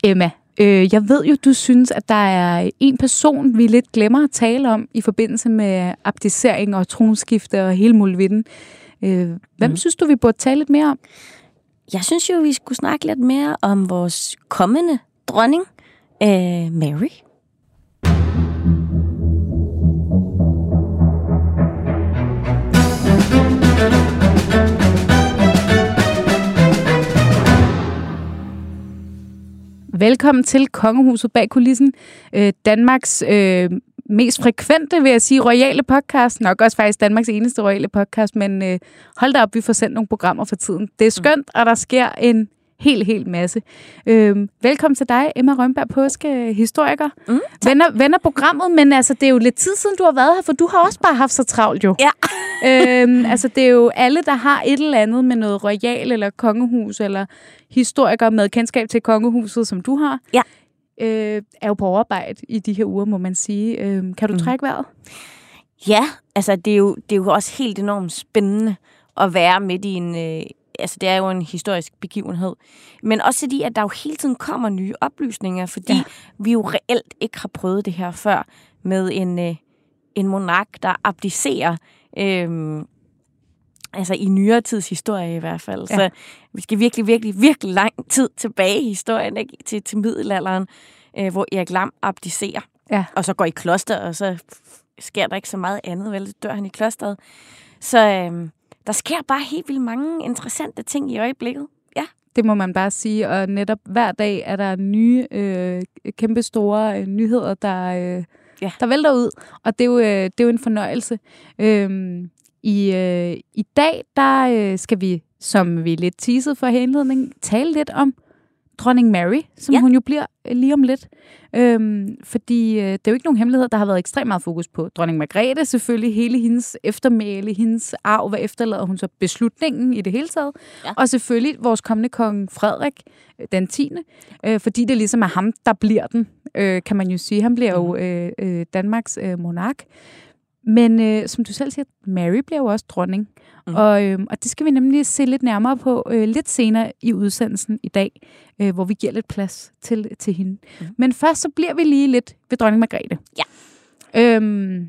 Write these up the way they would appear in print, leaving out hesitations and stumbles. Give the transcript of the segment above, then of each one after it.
Emma, jeg ved jo, du synes, at der er en person, vi lidt glemmer at tale om i forbindelse med abdicering og tronskifte og hele muligheden. Hvem synes du, vi burde tale lidt mere om? Jeg synes jo, vi skulle snakke lidt mere om vores kommende dronning, Mary. Velkommen til Kongehuset bag kulissen. Danmarks mest frekvente, vil jeg sige, royale podcast. Nok også faktisk Danmarks eneste royale podcast, men hold da op, vi får sendt nogle programmer for tiden. Det er skønt, og der sker en helt masse. Velkommen til dig, Emma Rønberg Påske, historiker. Ven af programmet, men altså, det er jo lidt tid siden, du har været her, for du har også bare haft så travlt jo. Ja. Altså, det er jo alle, der har et eller andet med noget royal eller kongehus, eller historiker med kendskab til kongehuset, som du har. Ja. Er jo på overarbejde i de her uger, må man sige. Kan du trække vejret? Ja, altså det er jo også helt enormt spændende at være midt i en... Altså det er jo en historisk begivenhed. Men også fordi, at der jo hele tiden kommer nye oplysninger, fordi vi jo reelt ikke har prøvet det her før med en monark, der abdicerer. Altså i nyere tids historie i hvert fald. Ja. Så vi skal virkelig lang tid tilbage i historien, ikke? Til middelalderen, hvor Erik Lam abdicerer. Ja. Og så går i kloster, og så sker der ikke så meget andet, vel? Så dør han i klosteret. Så der sker bare helt vildt mange interessante ting i øjeblikket. Ja. Det må man bare sige, og netop hver dag er der nye, kæmpestore nyheder, der vælter ud, og det er jo en fornøjelse. I dag, der skal vi, som vi lidt teasede for indledning, tale lidt om dronning Mary, som hun jo bliver lige om lidt. Fordi det er jo ikke nogen hemmelighed, der har været ekstremt meget fokus på dronning Margrethe, selvfølgelig hele hendes eftermæle, hendes arv, hvad efterlader hun så beslutningen i det hele taget. Ja. Og selvfølgelig vores kommende kong Frederik den 10. Fordi det ligesom er ham, der bliver den, kan man jo sige. Han bliver jo Danmarks monark. Men som du selv siger, Mary bliver jo også dronning. Og det skal vi nemlig se lidt nærmere på lidt senere i udsendelsen i dag, hvor vi giver lidt plads til hende. Men først så bliver vi lige lidt ved dronning Margrethe. Ja.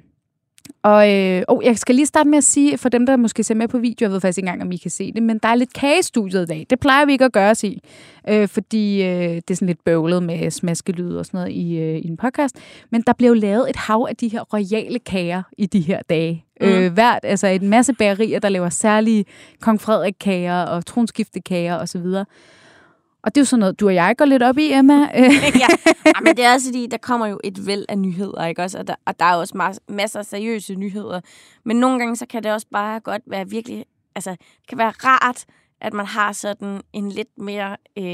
Jeg skal lige starte med at sige, for dem, der måske ser med på video, jeg ved faktisk ikke engang, om I kan se det, men der er lidt kage i studiet i dag. Det plejer vi ikke at gøre os i, fordi det er sådan lidt bøvlet med smaskelyd og sådan noget i en podcast. Men der bliver jo lavet et hav af de her royale kager i de her dage. Altså en masse bagerier, der laver særlige kong Frederik-kager og tronskiftekager osv. Og det er jo sådan noget, du og jeg går lidt op i, Emma. Ja, men det er også fordi, der kommer jo et væld af nyheder, ikke også? Og der er også masser af seriøse nyheder. Men nogle gange, så kan det også bare godt være virkelig... Altså, det kan være rart, at man har sådan en lidt mere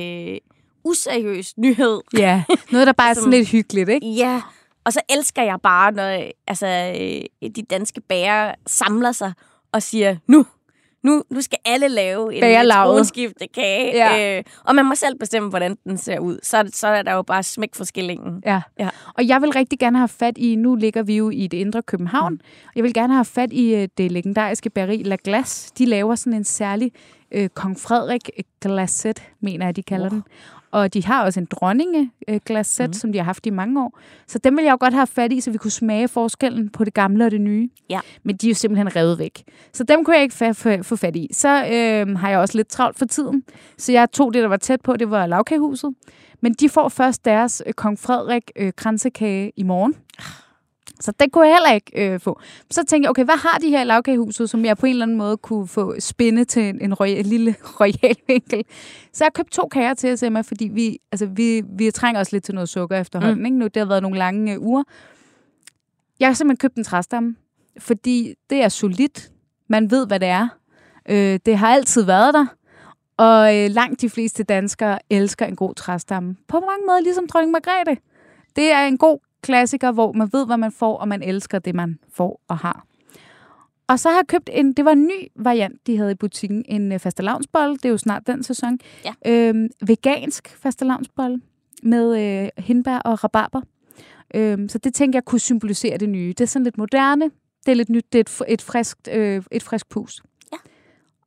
useriøs nyhed. Ja, noget, der bare er sådan lidt hyggeligt, ikke? Ja, og så elsker jeg bare, når de danske bager samler sig og siger, nu skal alle lave en tronskiftekage. Ja. Og man må selv bestemme, hvordan den ser ud. Så er der jo bare smæk for skillingen. Ja. Og jeg vil rigtig gerne have fat i, nu ligger vi jo i det indre København, jeg vil gerne have fat i det legendariske bageri La Glace. De laver sådan en særlig kong Frederik glacette, mener jeg, de kalder den. Og de har også en dronninge-glacette, som de har haft i mange år. Så dem vil jeg jo godt have fat i, så vi kunne smage forskellen på det gamle og det nye. Ja. Men de er jo simpelthen revet væk. Så dem kunne jeg ikke få fat i. Så har jeg også lidt travlt for tiden. Så jeg tog det, der var tæt på, det var Lagkagehuset. Men de får først deres kong Frederik kransekage i morgen. Så det kunne jeg heller ikke få. Så tænkte jeg, okay, hvad har de her i Lagkagehuset, som jeg på en eller anden måde kunne få spinde til en lille royal vinkel? Så jeg købte 2 kager til os, Emma, fordi vi trænger også lidt til noget sukker efterhånden. Ikke? Nu, det har været nogle lange uger. Jeg har simpelthen købt en træstamme, fordi det er solidt. Man ved, hvad det er. Det har altid været der. Og langt de fleste danskere elsker en god træstamme. På mange måder ligesom dronning Margrethe. Det er en god klassiker, hvor man ved, hvad man får, og man elsker det, man får og har. Og så har jeg købt det var en ny variant, de havde i butikken, en fastelavnsbolle. Det er jo snart den sæson. Ja. Vegansk fastelavnsbolle med hindbær og rabarber. Så det tænker jeg kunne symbolisere det nye. Det er sådan lidt moderne, det er lidt nyt, det er et frisk pus. Ja.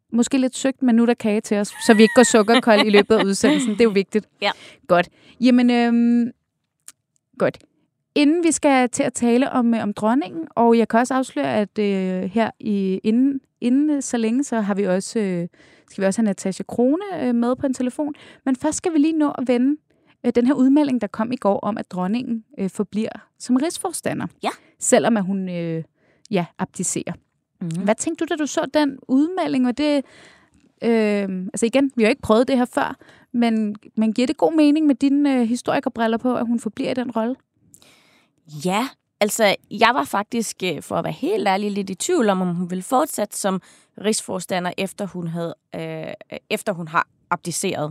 måske lidt søgt, men nu er der kage til os, så vi ikke går sukkerkold i løbet af udsendelsen. Det er jo vigtigt. Ja. Godt. Jamen, godt. Inden vi skal til at tale om dronningen, og jeg kan også afsløre, at her inden så længe, så har vi også, skal vi også have Natasja Crone med på en telefon. Men først skal vi lige nå at vende den her udmelding, der kom i går om, at dronningen forbliver som rigsforstander. Ja. Selvom at hun abdicerer. Mm-hmm. Hvad tænkte du, da du så den udmelding? Og det, altså igen, vi har jo ikke prøvet det her før, men giver det god mening med dine historikerbriller på, at hun forbliver i den rolle? Ja, altså jeg var faktisk, for at være helt ærlig, lidt i tvivl om hun ville fortsætte som rigsforstander, efter hun har abdiceret.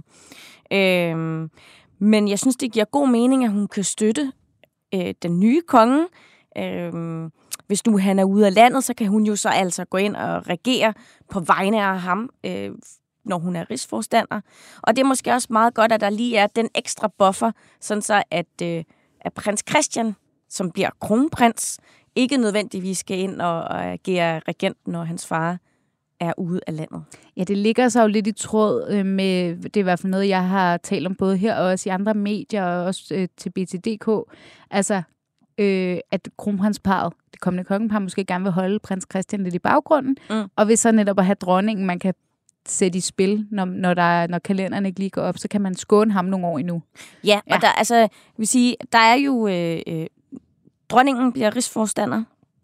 Men jeg synes, det giver god mening, at hun kan støtte den nye konge. Hvis nu han er ude af landet, så kan hun jo så altså gå ind og regere på vegne af ham, når hun er rigsforstander. Og det er måske også meget godt, at der lige er den ekstra buffer, sådan så at prins Christian, som bliver kronprins, ikke nødvendigvis skal ind og agere regent, når hans far er ude af landet. Ja, det ligger så jo lidt i tråd med, det er i hvert fald noget, jeg har talt om både her og også i andre medier, og også til BT.dk. Altså, at kronprinsparret, det kommende kongepar, måske gerne vil holde prins Christian lidt i baggrunden, og vil så netop at have dronningen, man kan sætte i spil, når kalenderen ikke lige går op, så kan man skåne ham nogle år endnu. Ja, og der, altså, vil sige, der er jo dronningen bliver rigsforstander,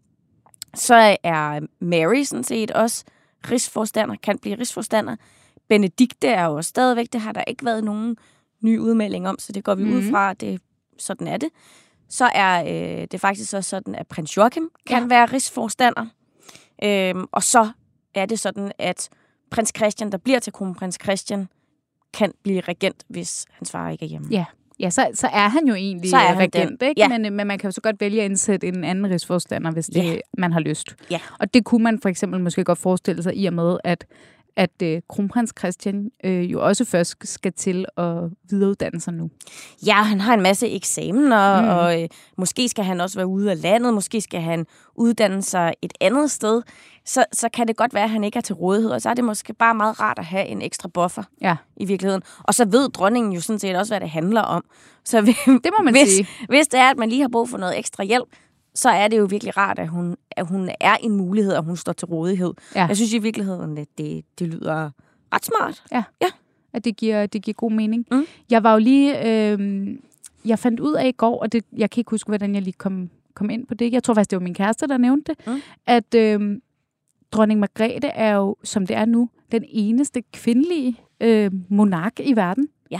så er Mary sådan set også rigsforstander, kan blive rigsforstander. Benedikte er jo stadigvæk, det har der ikke været nogen ny udmelding om, så det går vi ud fra, sådan er det. Så er det faktisk også sådan, at prins Joachim kan være rigsforstander. Og så er det sådan, at prins Christian, der bliver til kronprins Christian, kan blive regent, hvis hans far ikke er hjemme. Ja, så er han jo egentlig regent, ikke? Ja. Men man kan jo så godt vælge at indsætte en anden rigsforstander, hvis man har lyst. Ja. Og det kunne man for eksempel måske godt forestille sig i og med, at kronprins Christian jo også først skal til at videreuddanne sig nu. Ja, han har en masse eksamener, og måske skal han også være ude af landet, måske skal han uddanne sig et andet sted. Så kan det godt være, at han ikke er til rådighed, og så er det måske bare meget rart at have en ekstra buffer i virkeligheden. Og så ved dronningen jo sådan set også, hvad det handler om. Så det må man sige. Hvis det er, at man lige har brug for noget ekstra hjælp, så er det jo virkelig rart, at hun er en mulighed, og hun står til rådighed. Ja. Jeg synes i virkeligheden, at det lyder ret smart. Ja. At det giver god mening. Jeg var jo lige... jeg fandt ud af i går, og jeg kan ikke huske, hvordan jeg lige kom ind på det. Jeg tror faktisk, det var min kæreste, der nævnte det. At dronning Margrethe er jo, som det er nu, den eneste kvindelige monark i verden. Ja.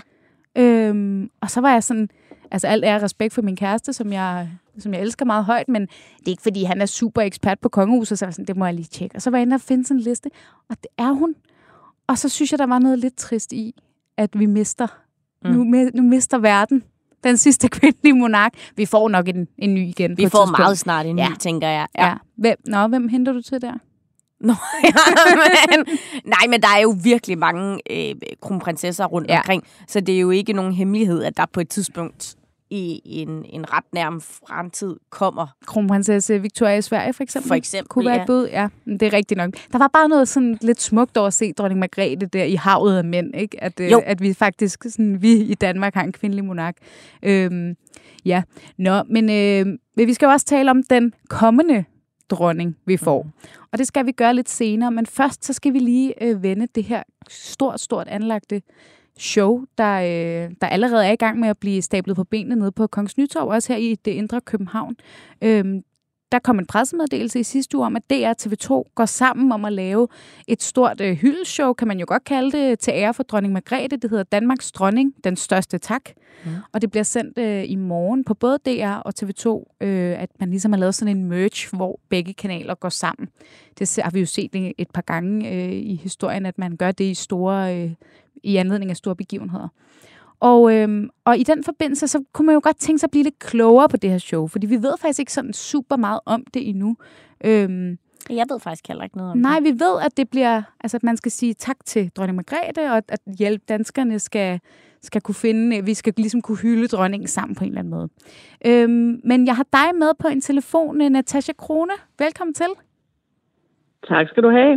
Og så var jeg sådan... Altså alt er respekt for min kæreste, som jeg elsker meget højt, men det er ikke, fordi han er super ekspert på kongehuset, så var sådan, det må jeg lige tjekke. Og så var jeg inde og finde sådan en liste, og det er hun. Og så synes jeg, der var noget lidt trist i, at vi mister. Nu mister verden den sidste kvindelige monark. Vi får nok en ny igen. Vi får meget snart en ny, tænker jeg. Ja. Hvem henter du til der? Men der er jo virkelig mange kronprinsesser rundt omkring, så det er jo ikke nogen hemmelighed, at der på et tidspunkt i en ret nærm fremtid kommer. Kronprinsesse Victoria i Sverige, for eksempel kunne være et bud. Ja, det er rigtigt nok. Der var bare noget sådan lidt smukt over at se dronning Margrethe der i havet af mænd, ikke? At vi faktisk, sådan, vi i Danmark har en kvindelig monark. Men vi skal jo også tale om den kommende dronning, vi får. Og det skal vi gøre lidt senere, men først så skal vi lige vende det her stort anlagte show, der allerede er i gang med at blive stablet på benene nede på Kongens Nytorv, også her i det indre København. Der kom en pressemeddelelse i sidste uge om, at DR TV2 går sammen om at lave et stort hyldeshow, kan man jo godt kalde det, til ære for dronning Margrethe. Det hedder Danmarks Dronning, den største tak. Og det bliver sendt i morgen på både DR og TV2, at man ligesom har lavet sådan en merge, hvor begge kanaler går sammen. Det har vi jo set et par gange i historien, at man gør det i anledning af store begivenheder. Og i den forbindelse, så kunne man jo godt tænke sig at blive lidt klogere på det her show, fordi vi ved faktisk ikke sådan super meget om det endnu. Jeg ved faktisk heller ikke noget om det. Nej, vi ved, at det bliver, altså at man skal sige tak til dronning Margrethe, og at hjælpe danskerne skal kunne finde, vi skal ligesom kunne hylde dronningen sammen på en eller anden måde. Men jeg har dig med på en telefon, Natasja Crone. Velkommen til. Tak skal du have.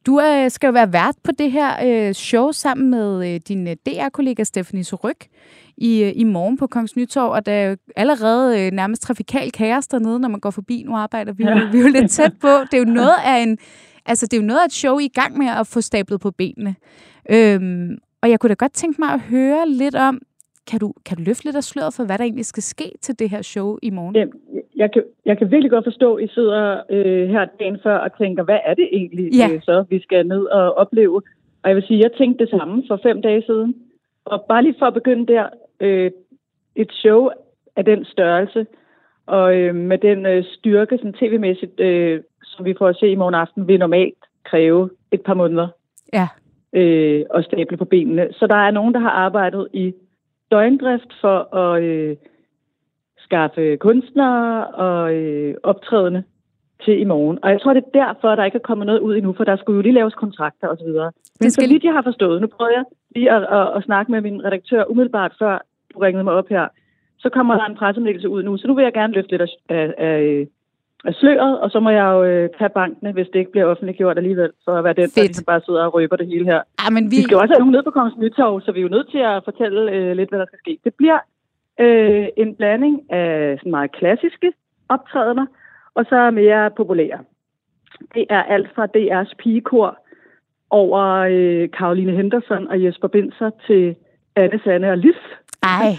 Du skal jo være vært på det her show sammen med din DR-kollega Stephanie Surrugue i morgen på Kongens Nytorv, og der er jo allerede nærmest trafikal kaos dernede, når man går forbi. Nu arbejder vi er jo lidt tæt på. Det er jo noget af et show, I er i gang med at få stablet på benene. Og jeg kunne da godt tænke mig at høre lidt om, kan du løfte lidt af sløret for, hvad der egentlig skal ske til det her show i morgen? Jeg kan virkelig godt forstå, at I sidder her dagen før og tænker, hvad er det egentlig, så vi skal ned og opleve? Og jeg vil sige, jeg tænkte det samme for 5 dage siden. Og bare lige for at begynde der, et show af den størrelse, og med den styrke, sådan tv-mæssigt, som vi får at se i morgen aften, vil normalt kræve et par måneder at stable på benene. Så der er nogen, der har arbejdet i døgndrift for at skaffe kunstnere og optrædende til i morgen. Og jeg tror, det er derfor, der ikke er kommet noget ud endnu, for der skulle jo lige laves kontrakter osv. Men så vidt jeg har forstået, nu prøver jeg lige at snakke med min redaktør umiddelbart før du ringede mig op her, så kommer der en pressemeddelelse ud nu, så nu vil jeg gerne løfte lidt af sløret, og så må jeg jo tage bankene, hvis det ikke bliver offentliggjort alligevel, for at være den, der ligesom bare sidder og røber det hele her. Ja, men vi skal jo også have nogen ned på Kongens Nytorv, så vi er jo nødt til at fortælle lidt, hvad der skal ske. Det bliver en blanding af sådan meget klassiske optrædener, og så mere populære. Det er alt fra DR's pigekor over Caroline Henderson og Jesper Binzer til Anne, Sanne og Lis. Ej.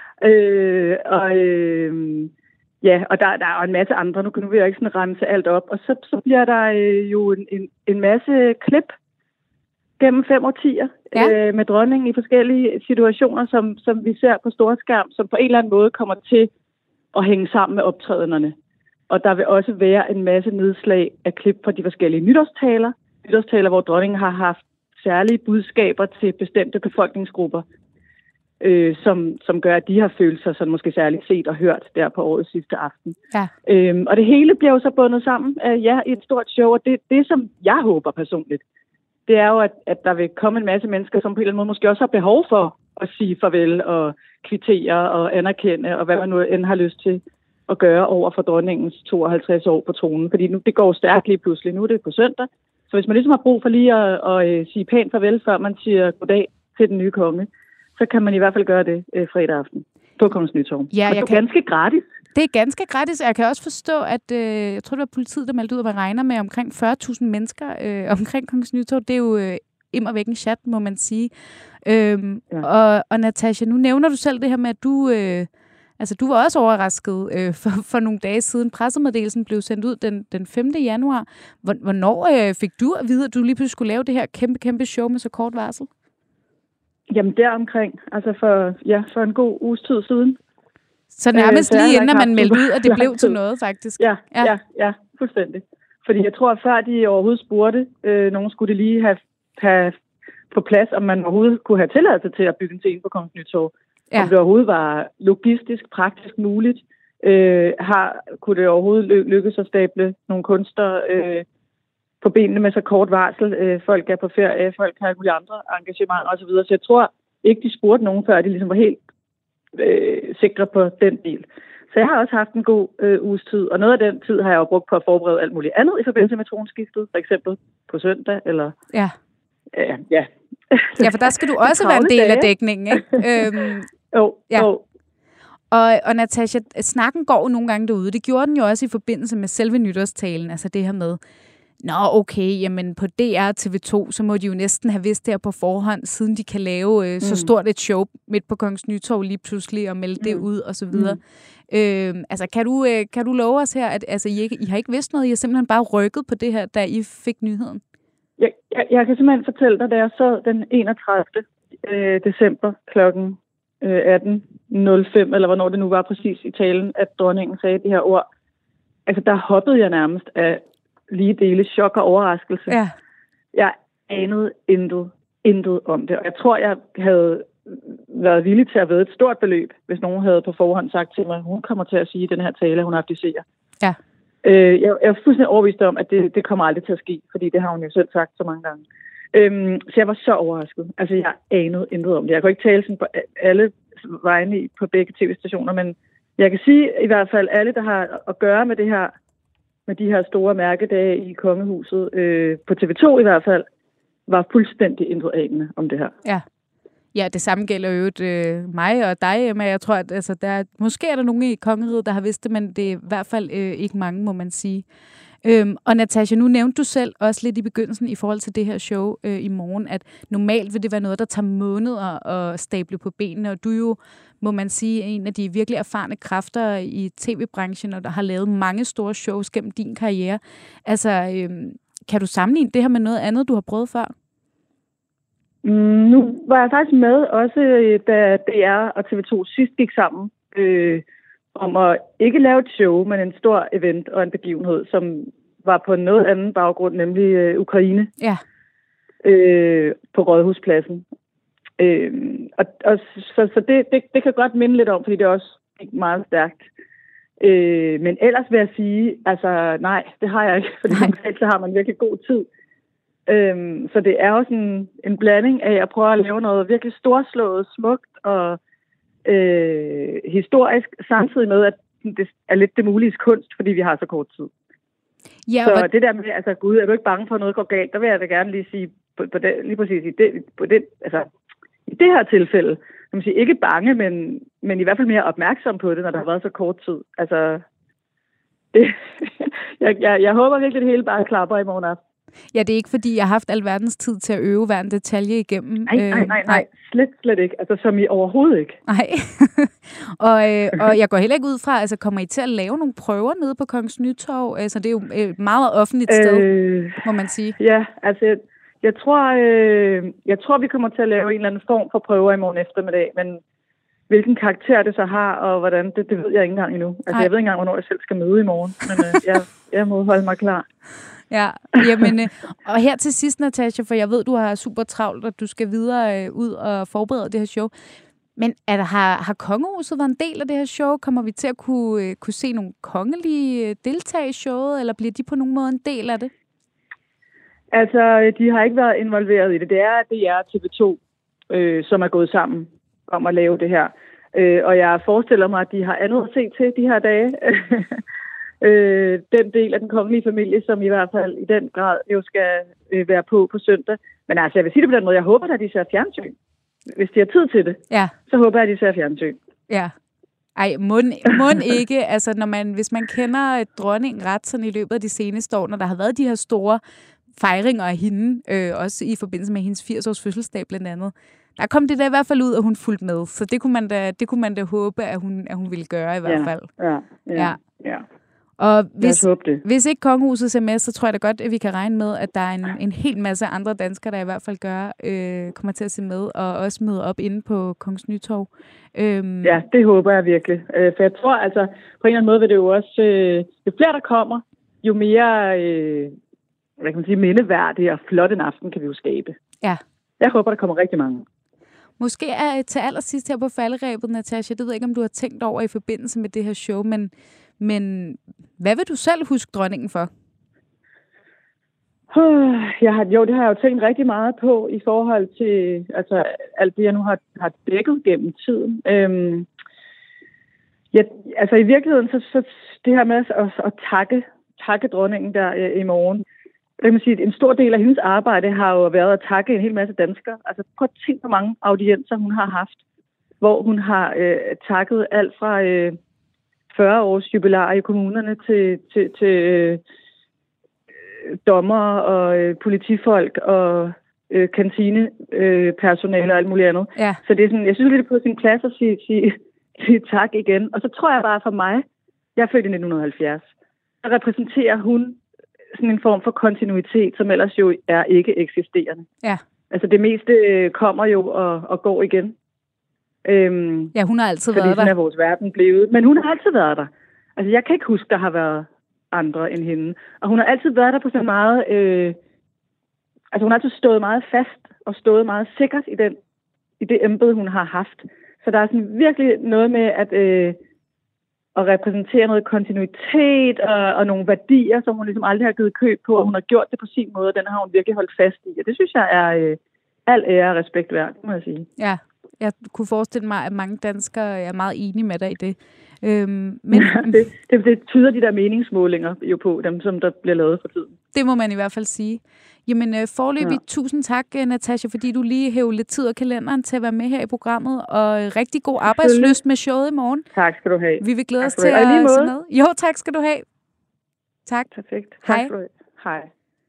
Og der er en masse andre. Nu vil jeg ikke sådan remse alt op. Og så bliver der jo en masse klip gennem 5 årtier med dronningen i forskellige situationer, som vi ser på storskærm, som på en eller anden måde kommer til at hænge sammen med optrædenerne. Og der vil også være en masse nedslag af klip fra de forskellige nytårstaler. Nytårstaler, hvor dronningen har haft særlige budskaber til bestemte befolkningsgrupper, som gør, at de har følt sig sådan måske særligt set og hørt der på årets sidste aften. Ja. Og det hele bliver jo så bundet sammen i et stort show, og det som jeg håber personligt, det er jo, at der vil komme en masse mennesker, som på en eller anden måde måske også har behov for at sige farvel og kvittere og anerkende, og hvad man nu end har lyst til at gøre over for dronningens 52 år på tronen. Fordi nu det går stærkt lige pludselig. Nu er det på søndag. Så hvis man ligesom har brug for lige at sige pænt farvel, før man siger goddag til den nye konge, så kan man i hvert fald gøre det fredag aften på Kongens Nytorv. Ja, det er ganske gratis. Det er ganske gratis. Jeg kan også forstå, at jeg tror, det var politiet, der meldte ud, at man regner med omkring 40.000 mennesker omkring Kongens Nytorv. Det er jo immervæk en chat, må man sige. Og Natasha, nu nævner du selv det her med, at du var også overrasket for nogle dage siden. Pressemeddelelsen blev sendt ud den 5. januar. Hvornår fik du at vide, at du lige pludselig skulle lave det her kæmpe show med så kort varsel? Jamen deromkring, altså for en god uges tid siden. Så nærmest lige inden, man meldte ud, at det blev til noget, faktisk? Ja, fuldstændig. Fordi jeg tror, før de overhovedet spurgte, nogen skulle det lige have på plads, om man overhovedet kunne have tilladelse til at bygge en scene på Kongens Nytorv. Ja. Om det overhovedet var logistisk, praktisk muligt. Kunne det overhovedet lykkes at stable nogle kunstnere på benene med så kort varsel. Folk er på ferie, folk har alle andre engagementer osv. Så jeg tror ikke, de spurgte nogen, før de ligesom var helt sikre på den del. Så jeg har også haft en god uges tid, og noget af den tid har jeg jo brugt på at forberede alt muligt andet i forbindelse med tronskiftet, for eksempel på søndag, eller... Ja, for der skal du også være en del af dækningen, ikke? Jo. Og Natasha, snakken går jo nogle gange derude. Det gjorde den jo også i forbindelse med selve nytårstalen, altså det her med, jamen på DR TV2, så må de jo næsten have vidst det her på forhånd, siden de kan lave så stort et show midt på Kongens Nytorv lige pludselig og melde det ud og så videre. Kan du love os her, at I har ikke vidst noget, I har simpelthen bare rykket på det her, da I fik nyheden? Jeg kan simpelthen fortælle dig, da jeg sad den 31. december klokken 18.05, eller hvornår det nu var præcis i talen, at dronningen sagde de her ord. Altså, der hoppede jeg nærmest af lige dele chok og overraskelse. Ja. Jeg anede intet om det. Og jeg tror, jeg havde været villig til at ved et stort beløb, hvis nogen havde på forhånd sagt til mig, hun kommer til at sige den her tale, hun abdicerer. Ja. Jeg er fuldstændig overbevist om, at det kommer aldrig til at ske, fordi det har hun jo selv sagt så mange gange. Så jeg var så overrasket. Altså, jeg anede intet om det. Jeg kunne ikke tale sådan på alle vegne på begge tv-stationer, men jeg kan sige i hvert fald, alle, der har at gøre med det her, med de her store mærkedage i kongehuset, på TV2 i hvert fald, var fuldstændig introanende om det her. Ja. Ja, det samme gælder jo mig og dig, Emma. Jeg tror, at altså, måske er der nogen i kongeriget, der har vidst det, men det er i hvert fald ikke mange, må man sige. Og Natasha, nu nævnte du selv også lidt i begyndelsen i forhold til det her show i morgen, at normalt vil det være noget, der tager måneder at stable på benene, og du er jo, må man sige, en af de virkelig erfarne kræfter i tv-branchen, og der har lavet mange store shows gennem din karriere. Altså, kan du sammenligne det her med noget andet, du har prøvet før? Nu var jeg faktisk med også, da DR og TV2 sidst gik sammen, om at ikke lave et show, men en stor event og en begivenhed, som var på noget anden baggrund, nemlig Ukraine. Ja. På Rådhuspladsen. Så det kan godt minde lidt om, fordi det er også meget stærkt. Men ellers vil jeg sige, altså nej, det har jeg ikke, fordi normalt så har man virkelig god tid. Så det er også en blanding af at prøve at lave noget virkelig storslået, smukt og historisk, samtidig med, at det er lidt det mulige kunst, fordi vi har så kort tid. Ja, så det der med, altså gud, er du ikke bange for, at noget går galt? Der vil jeg da gerne lige sige, lige præcis i det her tilfælde, kan man sige, ikke bange, men i hvert fald mere opmærksom på det, når der har været så kort tid. Altså, jeg håber virkelig, at det hele bare klapper i morgen aften. Ja, det er ikke, fordi jeg har haft alverdens tid til at øve hver en detalje igennem. Nej. Slet ikke. Altså, som I overhovedet ikke. Nej. og jeg går heller ikke ud fra, altså, kommer I til at lave nogle prøver nede på Kongens Nytorv? Altså, det er jo et meget offentligt sted, må man sige. Ja, altså, jeg tror, vi kommer til at lave en eller anden form for prøver i morgen eftermiddag, men hvilken karakter det så har, og hvordan, det ved jeg ikke engang endnu. Altså, jeg ved ikke engang, hvornår jeg selv skal møde i morgen, men jeg må holde mig klar. Ja, jamen, og her til sidst, Natasha, for jeg ved, du har super travlt, og du skal videre ud og forberede det her show. Men har kongehuset været en del af det her show? Kommer vi til at kunne se nogle kongelige deltage i showet, eller bliver de på nogen måde en del af det? Altså, de har ikke været involveret i det. Det er TV2, som er gået sammen om at lave det her. Og jeg forestiller mig, at de har andet at se til de her dage. Den del af den kongelige familie, som i hvert fald i den grad jo skal være på søndag. Men altså, jeg vil sige det på den måde, jeg håber, at de ser fjernsyn. Hvis de har tid til det, så håber jeg, at de ser fjernsyn. Ja. Ej, mund ikke. Altså, hvis man kender dronningen ret sådan i løbet af de seneste år, når der har været de her store fejringer af hende, også i forbindelse med hendes 80-års fødselsdag blandt andet, der kom det da i hvert fald ud, at hun fulgte med. Så det kunne man da håbe, at hun ville gøre i hvert fald. Ja. Og hvis ikke kongehuset ser med, så tror jeg da godt, at vi kan regne med, at der er en hel masse andre danskere, der i hvert fald kommer til at se med, og også møde op inde på Kongens Nytorv. Ja, det håber jeg virkelig. For jeg tror altså, på en eller anden måde vil det jo også, jo flere der kommer, jo mere hvad kan man sige, mindeværdig og flot en aften kan vi jo skabe. Ja. Jeg håber, der kommer rigtig mange. Måske til allersidst her på falderebet, Natasha, det ved jeg ikke, om du har tænkt over i forbindelse med det her show, men hvad vil du selv huske dronningen for? Det har jeg jo tænkt rigtig meget på i forhold til altså, alt det, jeg nu har dækket gennem tiden. Altså i virkeligheden, så det her med at takke dronningen der i morgen, jeg kan sige, en stor del af hendes arbejde har jo været at takke en hel masse danskere. Altså prøv at tænke, hvor mange audiencer hun har haft, hvor hun har takket alt fra 40 års jubilæer i kommunerne til dommer og politifolk og kantinepersonale og alt muligt andet. Ja. Så det er sådan, jeg synes lidt på sin plads at sige tak igen. Og så tror jeg bare for mig, jeg er født i 1970, så repræsenterer hun sådan en form for kontinuitet, som ellers jo er ikke eksisterende. Ja. Altså det meste kommer jo og går igen. Ja, hun har altid været der. Sådan er vores verden blevet. Men hun har altid været der. Altså jeg kan ikke huske, der har været andre end hende. Og hun har altid været der på så meget... altså hun har altid stået meget fast og stået meget sikkert i det embede, hun har haft. Så der er sådan virkelig noget med at repræsentere noget kontinuitet og nogle værdier, som hun ligesom aldrig har givet køb på, og hun har gjort det på sin måde, og den har hun virkelig holdt fast i. Og det synes jeg er al ære og respekt værd, må jeg sige. Ja, Jeg kunne forestille mig, at mange danskere er meget enige med dig i det. Men det tyder de der meningsmålinger jo på, dem som der bliver lavet for tiden. Det må man i hvert fald sige. Jamen foreløbig tusind tak, Natasha, fordi du lige hævde lidt tid og kalenderen til at være med her i programmet, og rigtig god arbejdslyst med showet i morgen. Tak skal du have. Vi vil glæde os til at se noget. Jo, tak skal du have. Tak. Perfekt. Tak Hej. skal du have. Hej.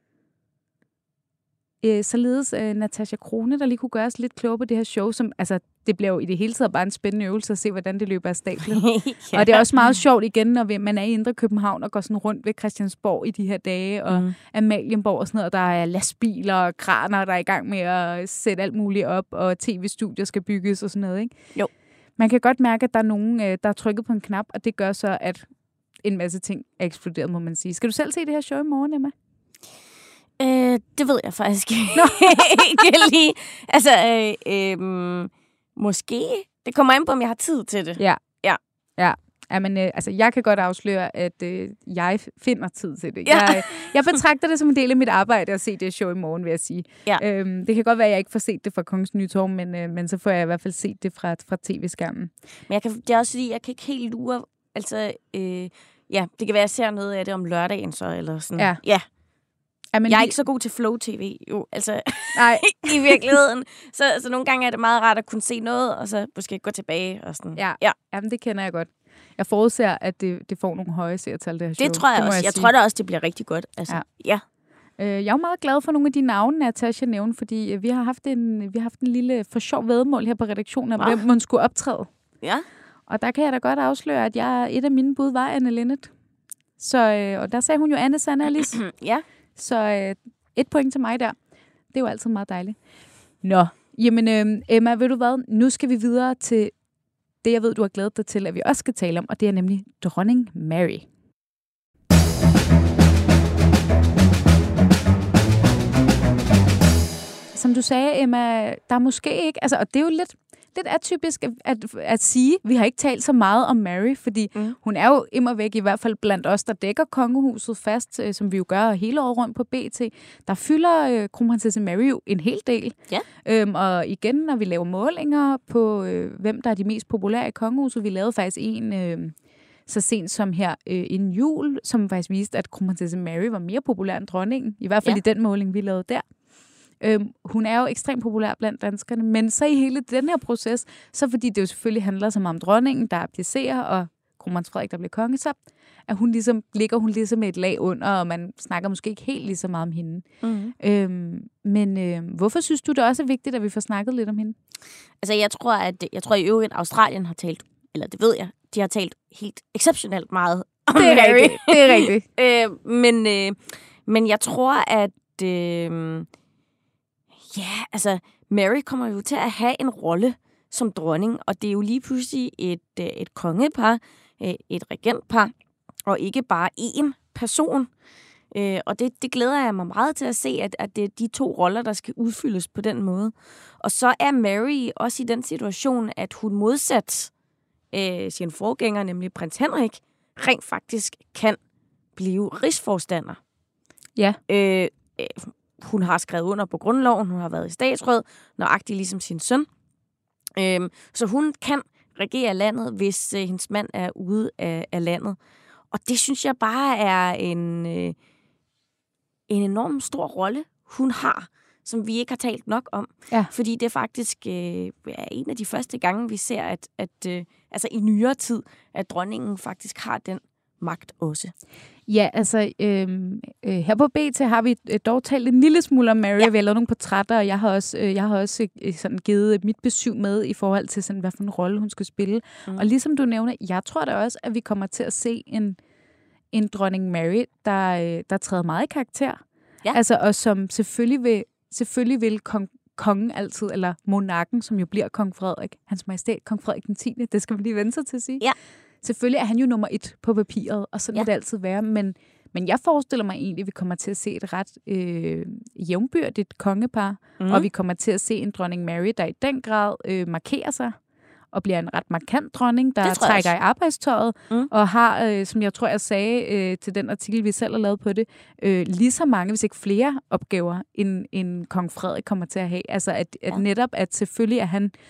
Således Natasha Crone, der lige kunne gøre os lidt klogere på det her show, som, altså, det bliver jo i det hele taget bare en spændende øvelse at se, hvordan det løber af stablen. Og det er også meget sjovt igen, når man er i Indre København og går sådan rundt ved Christiansborg i de her dage, og Amalienborg og sådan noget, og der er lastbiler og kraner, der er i gang med at sætte alt muligt op, og tv-studier skal bygges og sådan noget, ikke? Jo. Man kan godt mærke, at der er nogen, der er trykket på en knap, og det gør så, at en masse ting er eksploderet, må man sige. Skal du selv se det her show i morgen, Emma? Det ved jeg faktisk ikke lige. Altså, måske. Det kommer an på, om jeg har tid til det. Ja. Men altså, jeg kan godt afsløre, at jeg finder tid til det. Ja. Jeg betragter det som en del af mit arbejde at se det show i morgen, vil jeg sige. Ja. Det kan godt være, at jeg ikke får set det fra Kongens Nytorv, men så får jeg i hvert fald set det fra tv-skærmen. Men det er også fordi, jeg kan ikke helt lure. Altså, det kan være, at jeg ser noget af det om lørdagen så, eller sådan. Ja. Jeg er ikke så god til Flow TV, jo, altså nej. I virkeligheden. Så nogle gange er det meget rart at kunne se noget, og så måske gå tilbage og sådan. Ja. Jamen, det kender jeg godt. Jeg forudser, at det får nogle høje seertal, det her show. Det tror jeg også. Jeg tror da også, det bliver rigtig godt. Altså, ja. Jeg er jo meget glad for nogle af de navne, Natasha nævnte, fordi vi har haft en lille for sjov væddemål her på redaktionen, om hvem man skulle optræde. Ja. Og der kan jeg da godt afsløre, at et af mine bud var Anne Linnet. Så, og der sagde hun jo Anne Sanne Alice. Ja. Så 1 point til mig der. Det er jo altid meget dejligt. Nå, jamen Emma, ved du hvad? Nu skal vi videre til det, jeg ved, du har glædet dig til, at vi også skal tale om, og det er nemlig dronning Mary. Som du sagde, Emma, der er måske ikke... Altså, og det er jo lidt atypisk at sige. Vi har ikke talt så meget om Mary, fordi hun er jo immervæk, i hvert fald blandt os, der dækker kongehuset fast, som vi jo gør hele året rundt på BT. Der fylder kronprinsesse Mary jo en hel del. Ja. Og igen, når vi laver målinger på, hvem der er de mest populære i kongehuset, vi lavede faktisk en... så sent som her inden jul, som faktisk viste, at kronprinsesse Mary var mere populær end dronningen. I hvert fald i den måling, vi lavede der. Hun er jo ekstremt populær blandt danskerne, men så i hele den her proces, så fordi det jo selvfølgelig handler så meget om dronningen, der abdicerer, og kronprins Frederik, der bliver konge, så at ligger hun ligesom et lag under, og man snakker måske ikke helt lige så meget om hende. Men hvorfor synes du, det også er vigtigt, at vi får snakket lidt om hende? Altså, jeg tror i øvrigt, Australien har talt, eller det ved jeg, de har talt helt exceptionelt meget om Mary. Det er rigtigt. Men jeg tror, at altså, Mary kommer jo til at have en rolle som dronning, og det er jo lige pludselig et kongepar, et regentpar, og ikke bare én person. Og det glæder jeg mig meget til at se, at det er de 2 roller, der skal udfyldes på den måde. Og så er Mary også i den situation, at hun modsat sin forgænger, nemlig prins Henrik, rent faktisk kan blive rigsforstander. Ja. Hun har skrevet under på grundloven, hun har været i statsråd, nøjagtigt ligesom sin søn. Så hun kan regere landet, hvis hendes mand er ude af landet. Og det synes jeg bare er en enorm stor rolle, hun har, som vi ikke har talt nok om. Ja. Fordi det er faktisk en af de første gange, vi ser, at altså i nyere tid, at dronningen faktisk har den magt også. Ja, altså her på BT har vi dog talt en lille smule om Mary, vi har lavet nogle portrætter, og jeg har også sådan givet mit besøg med i forhold til sådan, hvad for en rolle hun skal spille. Og ligesom du nævner, jeg tror da også, at vi kommer til at se en dronning Mary, der træder meget i karakter. Ja. Altså, og som selvfølgelig vil kongen altid, eller monarken, som jo bliver kong Frederik, hans majestæt, kong Frederik den 10. Det skal vi lige vente sig til at sige. Ja. Selvfølgelig er han jo nummer 1 på papiret, og sådan vil det altid være, men jeg forestiller mig egentlig, at vi kommer til at se et ret jævnbyrdigt kongepar, og vi kommer til at se en dronning Mary, der i den grad markerer sig, og bliver en ret markant dronning, der trækker i arbejdstøjet, og har, som jeg tror, jeg sagde til den artikel, vi selv har lavet på det, lige så mange, hvis ikke flere opgaver, end kong Frederik kommer til at have. Altså, at netop, at selvfølgelig er han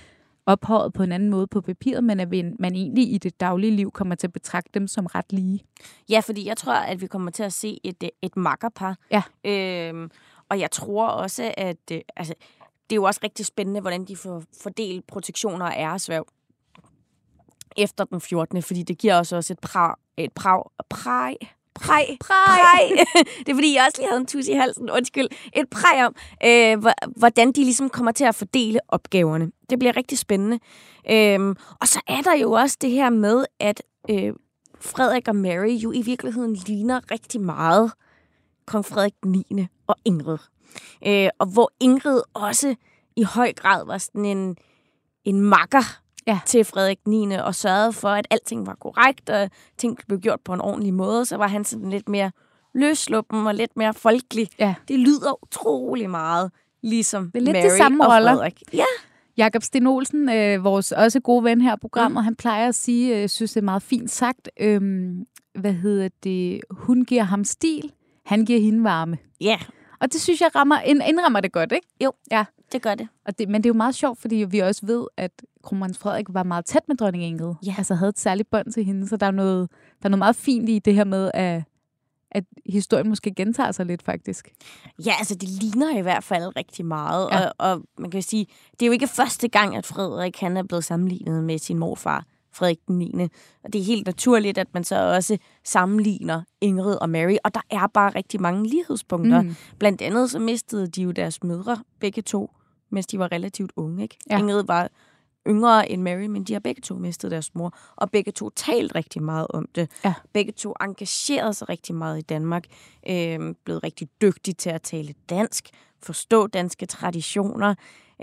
ophøjet på en anden måde på papiret, men at man egentlig i det daglige liv kommer til at betragte dem som ret lige. Ja, fordi jeg tror, at vi kommer til at se et makkerpar. Ja. Og jeg tror også, at det er jo også rigtig spændende, hvordan de får fordelt protektioner og æresværv efter den 14. Fordi det giver også et præg. Det er fordi, jeg også lige havde en tus i halsen. Undskyld. Et præg om, hvordan de ligesom kommer til at fordele opgaverne. Det bliver rigtig spændende. Og så er der jo også det her med, at Frederik og Mary jo i virkeligheden ligner rigtig meget kong Frederik 9. og Ingrid. Og hvor Ingrid også i høj grad var sådan en makker til Frederik 9. og sørgede for, at alting var korrekt, og ting blev gjort på en ordentlig måde. Så var han sådan lidt mere løsluppen og lidt mere folkelig. Ja. Det lyder utrolig meget ligesom det er lidt Mary de samme og roller. Frederik. Ja. Jakob Sten Olsen, vores også gode ven her i programmet, han plejer at sige, synes det er meget fint sagt, hun giver ham stil, han giver hende varme. Ja. Og det synes jeg indrammer det godt, ikke? Jo, ja, det gør det. Men det er jo meget sjovt, fordi vi også ved, at kronprins Frederik var meget tæt med dronning Ingrid. Ja. Altså havde et særligt bånd til hende, så der er noget meget fint i det her med, at historien måske gentager sig lidt, faktisk. Ja, altså det ligner i hvert fald rigtig meget. Ja. Og man kan sige, det er jo ikke første gang, at Frederik han er blevet sammenlignet med sin morfar, Frederik den 9. Og det er helt naturligt, at man så også sammenligner Ingrid og Mary. Og der er bare rigtig mange lighedspunkter. Blandt andet så mistede de jo deres mødre, begge to, mens de var relativt unge. Ikke? Ja. Ingrid var yngre end Mary, men de har begge to mistet deres mor. Og begge to talt rigtig meget om det. Ja. Begge to engagerede sig rigtig meget i Danmark. Blevet rigtig dygtige til at tale dansk, forstå danske traditioner.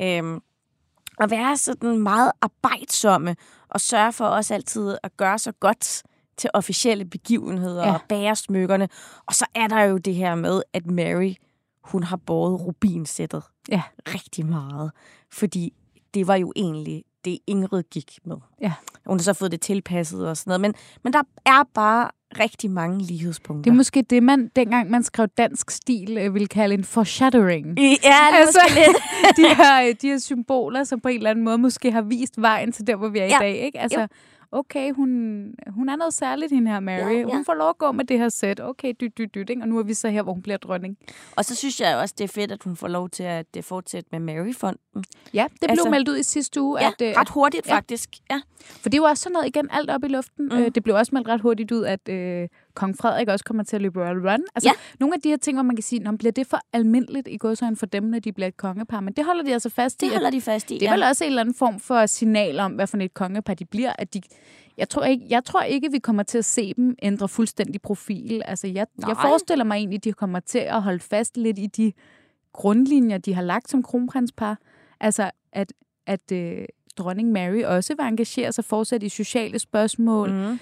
Og være sådan meget arbejdsomme og sørge for også altid at gøre så godt til officielle begivenheder og bære smykkerne. Og så er der jo det her med, at Mary, hun har båret rubinsættet rigtig meget. Fordi det var jo egentlig det, Ingrid gik med. Ja. Hun har så fået det tilpasset og sådan noget. Men der er bare rigtig mange lighedspunkter. Det er måske det, man dengang man skrev dansk stil, ville kalde en foreshadowing. Ja, det er måske lidt. de her symboler, som på en eller anden måde måske har vist vejen til der, hvor vi er i dag. Ikke? Altså, okay, hun er noget særligt, hende her Mary. Ja. Hun får lov at gå med det her sæt. Okay, dyt, og nu er vi så her, hvor hun bliver dronning. Og så synes jeg også, det er fedt, at hun får lov til at fortsætte med Mary-fonden. Ja, det blev meldt ud i sidste uge. Ja, ret hurtigt faktisk. Ja. For det er jo også sådan noget, igen, alt op i luften. Det blev også meldt ret hurtigt ud, at kong Frederik også kommer til at løbe Royal Run. Altså, nogle af de her ting, hvor man kan sige, bliver det for almindeligt i gåseøjne for dem, når de bliver et kongepar. Men det holder de altså fast i. Det holder de fast i, Det er vel også en eller anden form for signal om, hvad for et kongepar de bliver. At jeg tror ikke, vi kommer til at se dem ændre fuldstændig profil. Altså, jeg forestiller mig egentlig, at de kommer til at holde fast lidt i de grundlinjer, de har lagt som kronprinspar. Altså, at dronning Mary også vil engagere sig fortsat i sociale spørgsmål.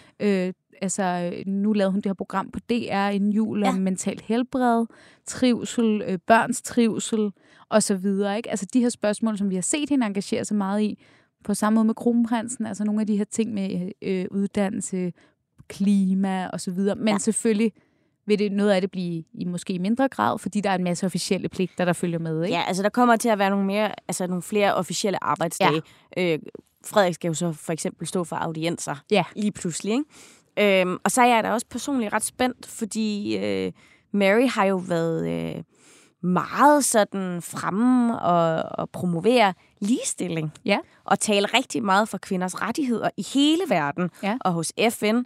Nu lavede hun det her program på DR inden jul om mentalt helbred, trivsel, børns trivsel osv. Altså de her spørgsmål, som vi har set hende engagere sig meget i, på samme måde med kronprinsen, altså nogle af de her ting med uddannelse, klima osv. Men selvfølgelig vil det noget af det blive måske i mindre grad, fordi der er en masse officielle pligter, der følger med. Ikke? Ja, altså der kommer til at være nogle flere officielle arbejdsdage. Ja. Frederik skal jo så for eksempel stå for audiencer lige pludselig, ikke? Og så er jeg da også personligt ret spændt, fordi Mary har jo været meget sådan fremme og promovere ligestilling. Ja. Og tale rigtig meget for kvinders rettigheder i hele verden og hos FN.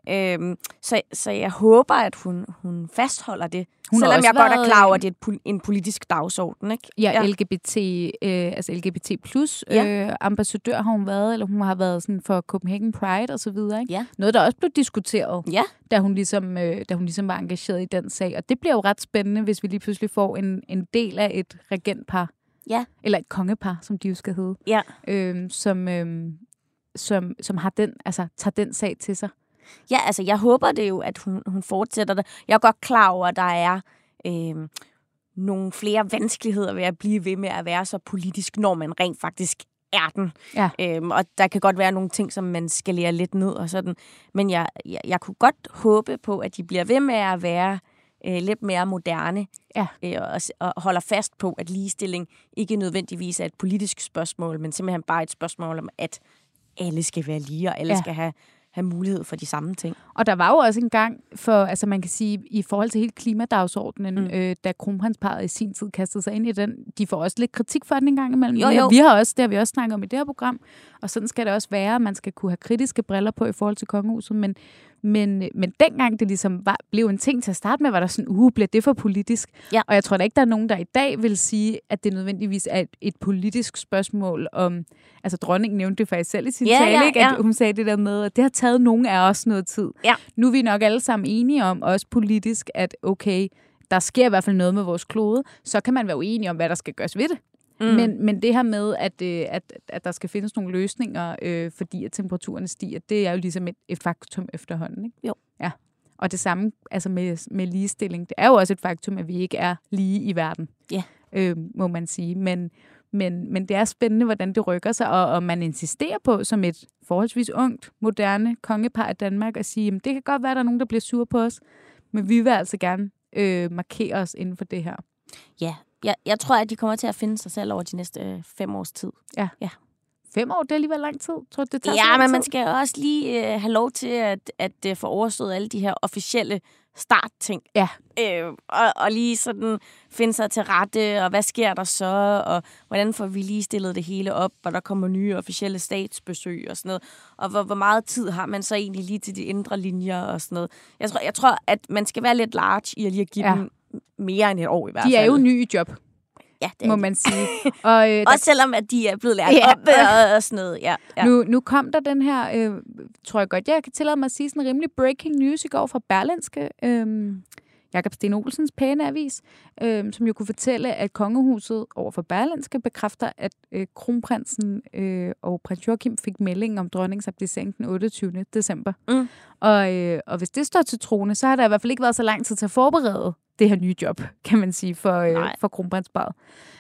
Så jeg håber, at hun fastholder det. Selvom jeg godt er klar over, at det er en politisk dagsorden, ikke? Ja, LGBT plus ambassadør har hun været, eller hun har været sådan for Copenhagen Pride og så videre, ikke? Ja. Noget, der også blev diskuteret, da hun ligesom var engageret i den sag. Og det bliver jo ret spændende, hvis vi lige pludselig får en del af et regentpar. Ja. Eller et kongepar, som de jo skal hedde. Ja. Som har tager den sag til sig. Ja, altså jeg håber det jo, at hun fortsætter det. Jeg er godt klar over, at der er nogle flere vanskeligheder ved at blive ved med at være så politisk, når man rent faktisk er den. Ja. Og der kan godt være nogle ting, som man skal lære lidt ned og sådan. Men jeg kunne godt håbe på, at de bliver ved med at være lidt mere moderne, og holder fast på, at ligestilling ikke nødvendigvis er et politisk spørgsmål, men simpelthen bare et spørgsmål om, at alle skal være lige, og alle skal have mulighed for de samme ting. Og der var jo også en gang for, altså man kan sige, i forhold til hele klimadagsordenen, da kronprinsparret i sin tid kastede sig ind i den, de får også lidt kritik for den en gang imellem. Jo. Vi har vi også snakket om i det her program, og sådan skal det også være. Man skal kunne have kritiske briller på i forhold til kongehuset, men dengang det ligesom blev en ting til at starte med, var der sådan, bliver det for politisk? Ja. Og jeg tror da ikke, der er nogen, der i dag vil sige, at det nødvendigvis er et politisk spørgsmål om, altså dronningen nævnte det faktisk selv i sin tale, ikke? At hun sagde det der med, at det har taget nogen af os noget tid. Ja. Nu er vi nok alle sammen enige om, også politisk, at okay, der sker i hvert fald noget med vores klode, så kan man være uenig om, hvad der skal gøres ved det. Men det her med, at der skal findes nogle løsninger, fordi at temperaturerne stiger, det er jo ligesom et faktum efterhånden, ikke? Jo. Ja. Og det samme altså med ligestilling. Det er jo også et faktum, at vi ikke er lige i verden, må man sige. Men det er spændende, hvordan det rykker sig, og man insisterer på, som et forholdsvis ungt, moderne kongepar af Danmark, at sige, at det kan godt være, at der er nogen, der bliver sure på os, men vi vil altså gerne markere os inden for det her. Ja. Jeg tror, at de kommer til at finde sig selv over de næste 5 års tid. Ja. 5 år, det er alligevel lang tid. Tror du, det tager så lang tid? Men man skal også lige have lov til at få overstået alle de her officielle startting. Ja. Og lige sådan finde sig til rette, og hvad sker der så, og hvordan får vi lige stillet det hele op, og der kommer nye officielle statsbesøg og sådan noget. Og hvor meget tid har man så egentlig lige til de indre linjer og sådan noget. Jeg tror, at man skal være lidt large i at lige give dem mere end et år i hvert fald. De er jo nye i job. Ja, det må man sige. Og, også selvom, at de er blevet lært op og sådan noget. Ja. Nu kom der den her, tror jeg godt, jeg kan tillade mig at sige, sådan en rimelig breaking news i går fra Berlingske. Jakob Sten Olsens pæne avis, som jo kunne fortælle, at kongehuset over for Berlingske bekræfter, at kronprinsen og prins Joachim fik melding om dronningens abdicering den 28. december. Og hvis det står til troende, så har der i hvert fald ikke været så lang tid til at forberede det her nye job, kan man sige, for kronprinsparret.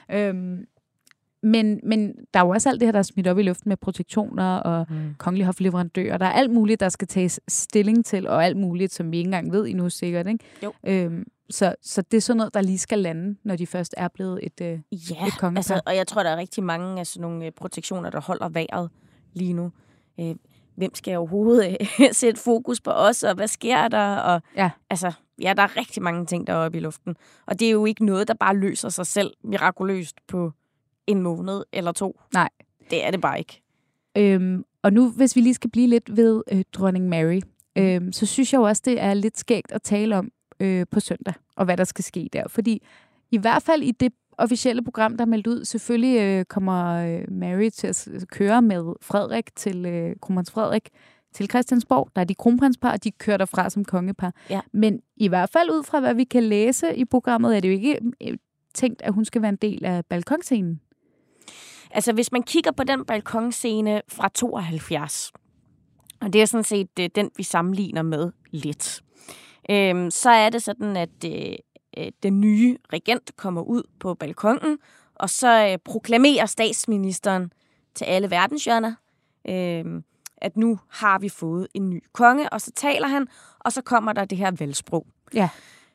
Men der er jo også alt det her, der er smidt op i luften med protektioner og kongelige hofleverandører. Der er alt muligt, der skal tages stilling til, og alt muligt, som vi ikke engang ved endnu sikkert. Ikke? Jo. Så det er sådan noget, der lige skal lande, når de først er blevet et kongepar. Altså, og jeg tror, der er rigtig mange af sådan nogle protektioner, der holder vejret lige nu. Hvem skal overhovedet sætte fokus på os, og hvad sker der? Og, altså, der er rigtig mange ting, der er oppe i luften. Og det er jo ikke noget, der bare løser sig selv mirakuløst på en måned eller 2. Nej. Det er det bare ikke. Og nu, hvis vi lige skal blive lidt ved dronning Mary, så synes jeg jo også, det er lidt skægt at tale om på søndag, og hvad der skal ske der. Fordi i hvert fald i det officielle program, der er meldt ud, selvfølgelig kommer Mary til at køre med Frederik til kronprins Frederik til Christiansborg. Der er de kronprinspar, og de kører derfra som kongepar. Ja. Men i hvert fald ud fra, hvad vi kan læse i programmet, er det jo ikke tænkt, at hun skal være en del af balkonscenen. Altså, hvis man kigger på den balkonscene fra 72, og det er sådan set den, vi sammenligner med lidt, så er det sådan, at den nye regent kommer ud på balkonen, og så proklamerer statsministeren til alle verdenshjørner, at nu har vi fået en ny konge, og så taler han, og så kommer der det her valgsprog. Ja.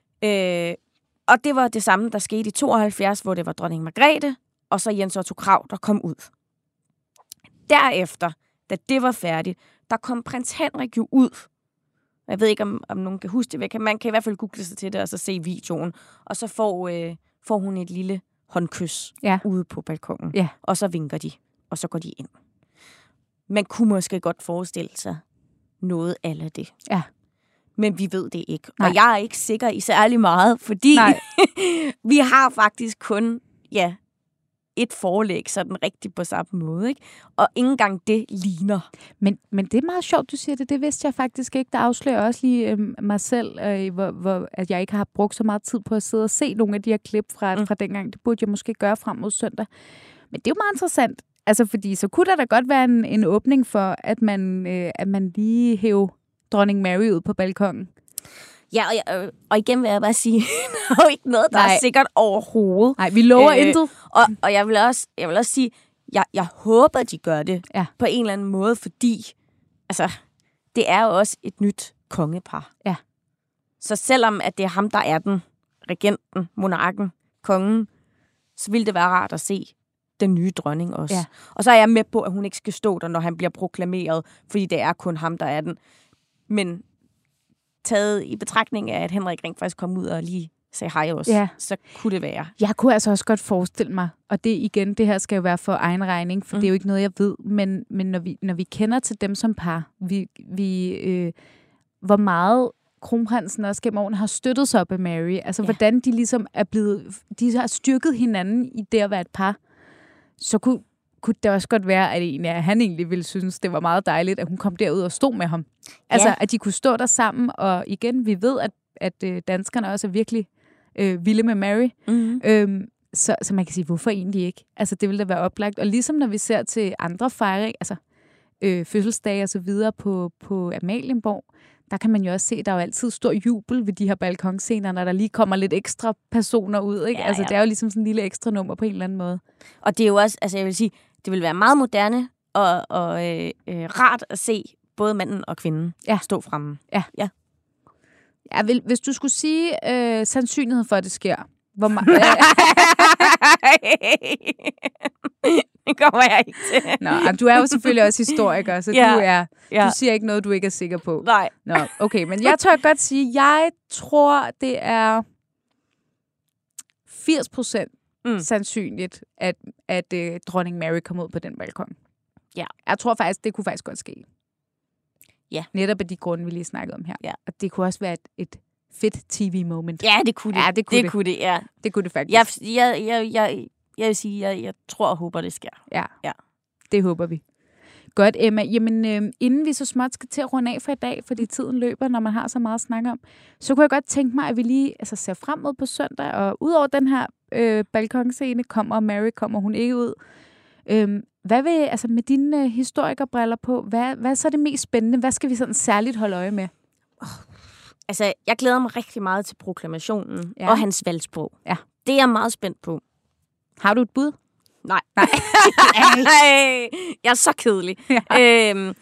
Og det var det samme, der skete i 72, hvor det var dronning Margrethe, og så Jens Otto Krag, der kom ud. Derefter, da det var færdigt, der kom prins Henrik jo ud. Jeg ved ikke, om nogen kan huske det. Man kan i hvert fald google sig til det, og så se videoen. Og så får hun et lille håndkys ude på balkonen. Ja. Og så vinker de, og så går de ind. Man kunne måske godt forestille sig noget af det. Ja. Men vi ved det ikke. Nej. Og jeg er ikke sikker i særlig meget, fordi vi har faktisk kun et forelæg sådan rigtig på samme måde, ikke? Og ikke engang det ligner. Men det er meget sjovt, du siger det. Det vidste jeg faktisk ikke. Der afslører også lige mig selv, at jeg ikke har brugt så meget tid på at sidde og se nogle af de her klip fra dengang. Det burde jeg måske gøre frem mod søndag. Men det er jo meget interessant. Altså, fordi så kunne der da godt være en åbning for, at man lige hæver dronning Mary ud på balkonen. Ja, og igen vil jeg bare sige, der er jo ikke noget, der er sikkert overhovedet. Nej, vi lover intet. Og jeg vil også sige, jeg håber, de gør det på en eller anden måde, fordi altså, det er jo også et nyt kongepar. Ja. Så selvom at det er ham, der er den, regenten, monarken, kongen, så ville det være rart at se den nye dronning også. Ja. Og så er jeg med på, at hun ikke skal stå der, når han bliver proklameret, fordi det er kun ham, der er den. Men taget i betragtning af, at Henrik rent faktisk kom ud og lige sagde hej også, så kunne det være. Jeg kunne altså også godt forestille mig, og det her skal jo være for egen regning, for det er jo ikke noget, jeg ved, men når vi kender til dem som par, hvor meget kronprinsen også gennem årene har støttet sig op af Mary, altså hvordan de ligesom er blevet, de har styrket hinanden i det at være et par, så kunne det også godt være, at han egentlig ville synes, det var meget dejligt, at hun kom derud og stod med ham. Altså, at de kunne stå der sammen, og igen, vi ved, at danskerne også er virkelig vilde med Mary. Mm-hmm. Så man kan sige, hvorfor egentlig ikke? Altså, det ville da være oplagt. Og ligesom når vi ser til andre fejring, altså fødselsdage og så videre på Amalienborg, der kan man jo også se, at der er jo altid stor jubel ved de her balkonscener, når der lige kommer lidt ekstra personer ud, ikke? Ja, altså, det er jo ligesom sådan en lille ekstra nummer på en eller anden måde. Og det er jo også, altså jeg vil sige, det vil være meget moderne og rart at se både manden og kvinden stå fremme. Ja. Hvis du skulle sige sandsynlighed for, at det sker, hvor meget... Det kommer jeg ikke til. Nå, du er jo selvfølgelig også historiker, så du siger ikke noget, du ikke er sikker på. Nej. Nå, okay, men jeg tør godt sige, jeg tror, det er 80% sandsynligt, at dronning Mary kommer ud på den balkon. Ja. Jeg tror faktisk, det kunne faktisk godt ske. Ja. Netop af de grunde, vi lige snakkede om her. Ja. Og det kunne også være et fedt tv-moment. Ja, det kunne det. Ja, det kunne det, ja. Det kunne det faktisk. Jeg vil sige, jeg tror og håber, det sker. Ja, det håber vi. Godt, Emma. Jamen, inden vi så småt skal til at runde af for i dag, fordi tiden løber, når man har så meget at snakke om, så kunne jeg godt tænke mig, at vi lige ser frem mod på søndag, og udover den her balkonscene Mary kommer hun ikke ud. Hvad vil, med dine historikerbriller på, hvad er så det mest spændende? Hvad skal vi sådan særligt holde øje med? Jeg glæder mig rigtig meget til proklamationen og hans valgsprog. Ja. Det er jeg meget spændt på. Har du et bud? Nej. Jeg er så kedelig. Ja.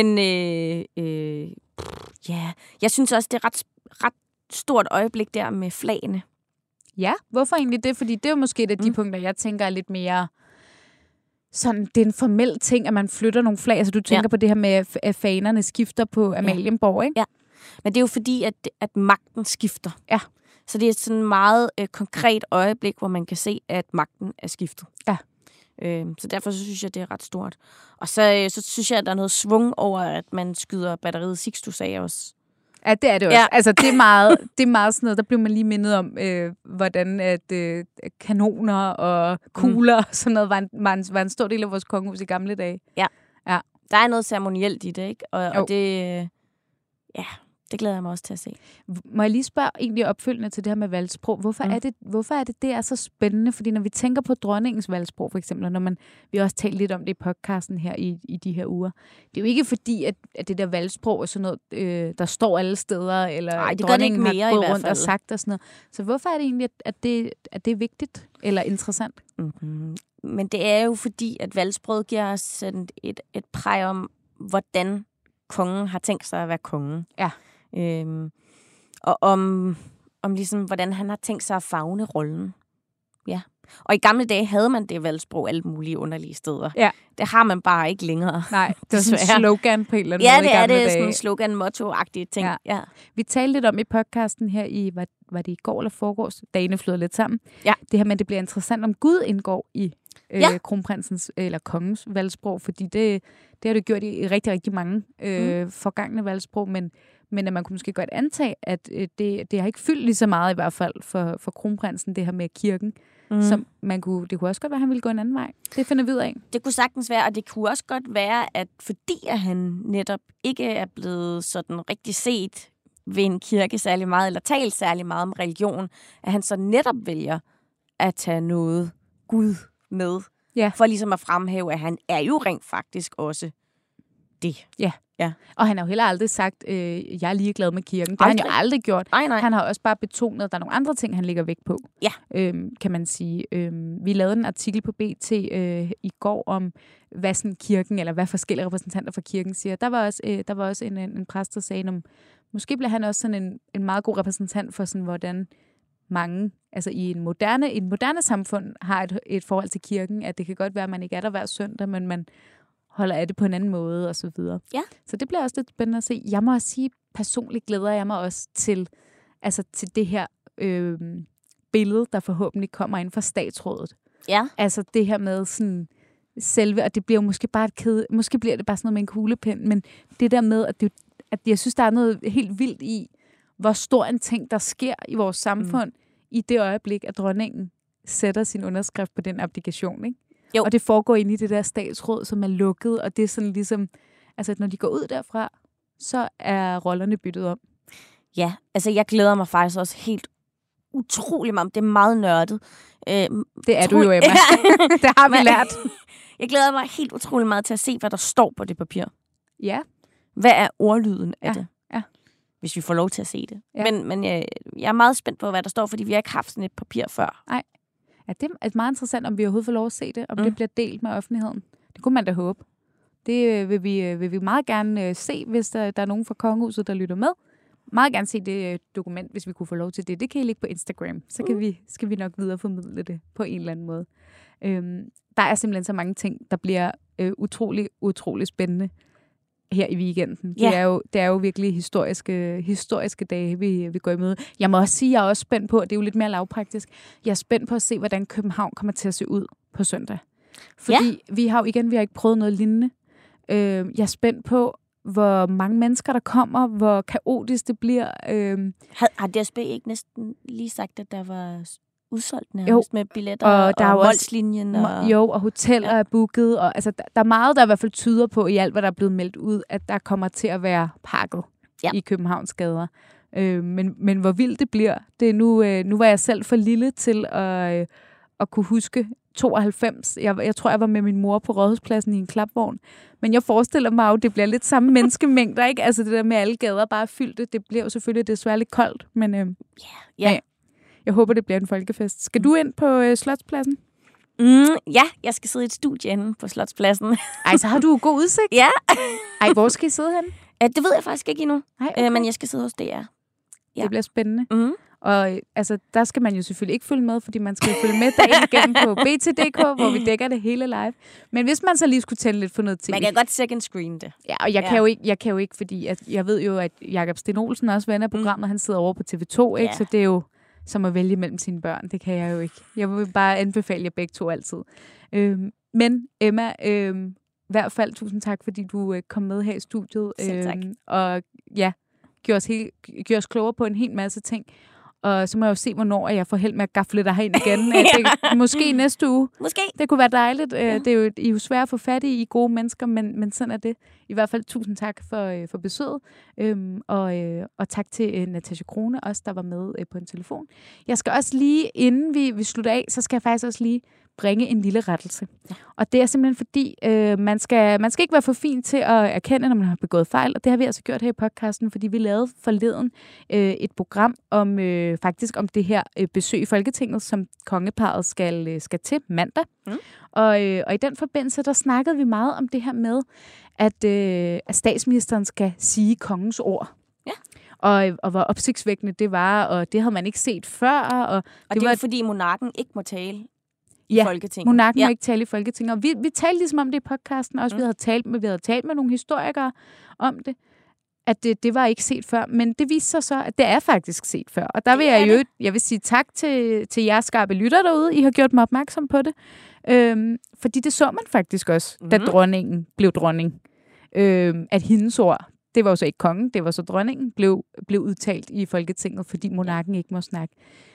Jeg synes også, det er ret stort øjeblik der med flagene. Ja, hvorfor egentlig det? Fordi det er jo måske et af de punkter, jeg tænker er lidt mere... Sådan, det er en formel ting, at man flytter nogle flag. Altså, du tænker på det her med, at fanerne skifter på Amalienborg, ikke? Ja, men det er jo fordi, at magten skifter. Ja. Så det er sådan et meget konkret øjeblik, hvor man kan se, at magten er skiftet. Ja. Så derfor så synes jeg, det er ret stort. Og så synes jeg, at der er noget svung over, at man skyder batteriet Sixtus af os. Ja, det er det også. Ja. Altså, det er meget sådan noget, der bliver man lige mindet om, hvordan at kanoner og kugler og sådan noget var en stor del af vores kongehus i gamle dage. Ja. Der er noget ceremonielt i det, ikke? Og det... Det glæder jeg mig også til at se. Må jeg lige spørge egentlig opfølgende til det her med valgsprog? Hvorfor er det er så spændende? Fordi når vi tænker på dronningens valgsprog, for eksempel, når vi har også talt lidt om det i podcasten her i de her uger. Det er jo ikke fordi, at det der valgsprog er sådan noget, der står alle steder, eller dronningen har gået rundt og sagt og sådan noget. Så hvorfor er det egentlig, at det er vigtigt eller interessant? Mm-hmm. Men det er jo fordi, at valgsproget giver os sådan et præg om, hvordan kongen har tænkt sig at være kongen. Ja. Og om ligesom, hvordan han har tænkt sig at favne rollen. Ja. Og i gamle dage havde man det valgsprog alle mulige underlige steder. Ja. Det har man bare ikke længere. Nej, det er sådan en slogan på en eller anden måde i gamle dage. Ja, det er sådan en slogan-motto-agtige ting. Ja. Vi talte lidt om i podcasten her i, var det i går eller forgårs? Dagene flyder lidt sammen. Ja. Det her med, at det bliver interessant, om Gud indgår i kronprinsens eller kongens valgsprog, fordi det har det gjort i rigtig, rigtig mange forgangne valgsprog, men at man kunne måske godt antage, at det har ikke fyldt lige så meget i hvert fald for kronprinsen, det her med kirken. Som det kunne også godt være, at han ville gå en anden vej. Det finder vi ud af. Det kunne sagtens være, og det kunne også godt være, at fordi at han netop ikke er blevet sådan rigtig set ved en kirke særlig meget, eller talt særlig meget om religion, at han så netop vælger at tage noget Gud med, for ligesom at fremhæve, at han er jo rent faktisk også det. Ja. Ja. Og han har jo heller aldrig sagt, jeg er ligeglad med kirken. Det har han jo aldrig gjort. Nej. Han har også bare betonet, at der er nogle andre ting, han lægger vægt på. Ja. Kan man sige. Vi lavede en artikel på BT i går om, hvad sådan kirken, eller hvad forskellige repræsentanter fra kirken siger. Der var også en præst, der sagde, måske bliver han også sådan en meget god repræsentant for sådan, hvordan mange, altså i en moderne samfund, har et forhold til kirken, at det kan godt være, at man ikke er der hver søndag, men man holder af det på en anden måde, og så videre. Ja. Så det bliver også lidt spændende at se. Jeg må også sige, personligt glæder jeg mig også til det her billede, der forhåbentlig kommer ind fra statsrådet. Ja. Altså det her med sådan selve, og det bliver måske bare måske bliver det bare sådan noget med en kuglepen, men det der med, at jeg synes, der er noget helt vildt i, hvor stor en ting, der sker i vores samfund, i det øjeblik, at dronningen sætter sin underskrift på den applikation, ikke? Jo. Og det foregår inde i det der statsråd, som er lukket, og det er sådan ligesom, altså når de går ud derfra, så er rollerne byttet om. Ja, altså jeg glæder mig faktisk også helt utrolig meget. Det er meget nørdet. Det er du jo, Emma. Det har vi lært. Jeg glæder mig helt utrolig meget til at se, hvad der står på det papir. Ja. Hvad er ordlyden af det? Ja. Hvis vi får lov til at se det. Ja. Men jeg er meget spændt på, hvad der står, fordi vi har ikke haft sådan et papir før. Nej. Ja, det er meget interessant, om vi overhovedet får lov at se det, om det bliver delt med offentligheden. Det kunne man da håbe. Det vil vi meget gerne se, hvis der er nogen fra kongehuset, der lytter med. Meget gerne se det dokument, hvis vi kunne få lov til det. Det kan I lægge på Instagram. Så skal vi nok videreformidle det på en eller anden måde. Der er simpelthen så mange ting, der bliver utrolig spændende her i weekenden. Ja. Det er jo virkelig historiske dage, vi går i møde. Jeg må også sige, at jeg er også spændt på, og det er jo lidt mere lavpraktisk, jeg er spændt på at se, hvordan København kommer til at se ud på søndag. Fordi vi har ikke prøvet noget lignende. Jeg er spændt på, hvor mange mennesker der kommer, hvor kaotisk det bliver. Har DSB ikke næsten lige sagt, at der var udsolgt nærmest med billetter og der Molslinjen? Og hoteller er booket. Og, altså, der er meget, der i hvert fald tyder på, i alt, hvad der er blevet meldt ud, at der kommer til at være pakket i Københavns gader. Men hvor vildt det bliver, det er nu var jeg selv for lille til at kunne huske 92. Jeg tror, jeg var med min mor på Rådhuspladsen i en klapvogn. Men jeg forestiller mig at det bliver lidt samme menneskemængder, ikke? Altså det der med alle gader bare fyldte. Det bliver jo selvfølgelig desværre lidt koldt, men jeg håber, det bliver en folkefest. Skal du ind på Slotspladsen? Ja, jeg skal sidde i et studie inde på Slotspladsen. Ej, så har du god udsigt. Ja. Ej, hvor skal I sidde henne? Det ved jeg faktisk ikke endnu. Okay. Men jeg skal sidde hos DR. Ja. Det bliver spændende. Og altså, der skal man jo selvfølgelig ikke følge med, fordi man skal følge med dagen igennem på BT.dk, hvor vi dækker det hele live. Men hvis man så lige skulle tænde lidt for noget til. Man kan godt second screen det. Ja, og jeg kan jo ikke, fordi jeg ved jo, at Jakob Sten Olsen også ven af programmet, han sidder over på TV2, ikke? Så det er jo som at vælge mellem sine børn. Det kan jeg jo ikke. Jeg vil bare anbefale jer begge to altid. Men Emma, i hvert fald tusind tak, fordi du kom med her i studiet. Selv tak. Og ja, gjorde os klogere på en hel masse ting. Og så må jeg jo se, hvornår jeg får held med at gafle dig herind igen. Måske næste uge. Måske. Det kunne være dejligt. Det er jo, I er jo svært at få fat i gode mennesker, men sådan er det. I hvert fald tusind tak for besøget. Og tak til Natasja Crone også, der var med på en telefon. Jeg skal også lige, inden vi slutter af, så skal jeg faktisk også lige bringe en lille rettelse. Ja. Og det er simpelthen fordi, man skal ikke være for fin til at erkende, når man har begået fejl. Og det har vi altså gjort her i podcasten, fordi vi lavede forleden et program om faktisk om det her besøg i Folketinget, som kongeparret skal til mandag. Og i den forbindelse, der snakkede vi meget om det her med, at statsministeren skal sige kongens ord. Ja. Og hvor opsigtsvækkende det var, og det havde man ikke set før. Og det var fordi monarken ikke må tale i Folketinget. Monarken må ikke tale i Folketinget. Og vi talte ligesom om det i podcasten også. Vi havde talt med nogle historikere om det, at det var ikke set før. Men det viste sig så, at det er faktisk set før. Og der vil jeg vil sige tak til jer skarpe lytter derude. I har gjort mig opmærksom på det. Fordi det så man faktisk også, da dronningen blev dronning. At hendes ord, det var jo så ikke kongen, det var så dronningen, blev udtalt i Folketinget, fordi monarken ikke må snakke.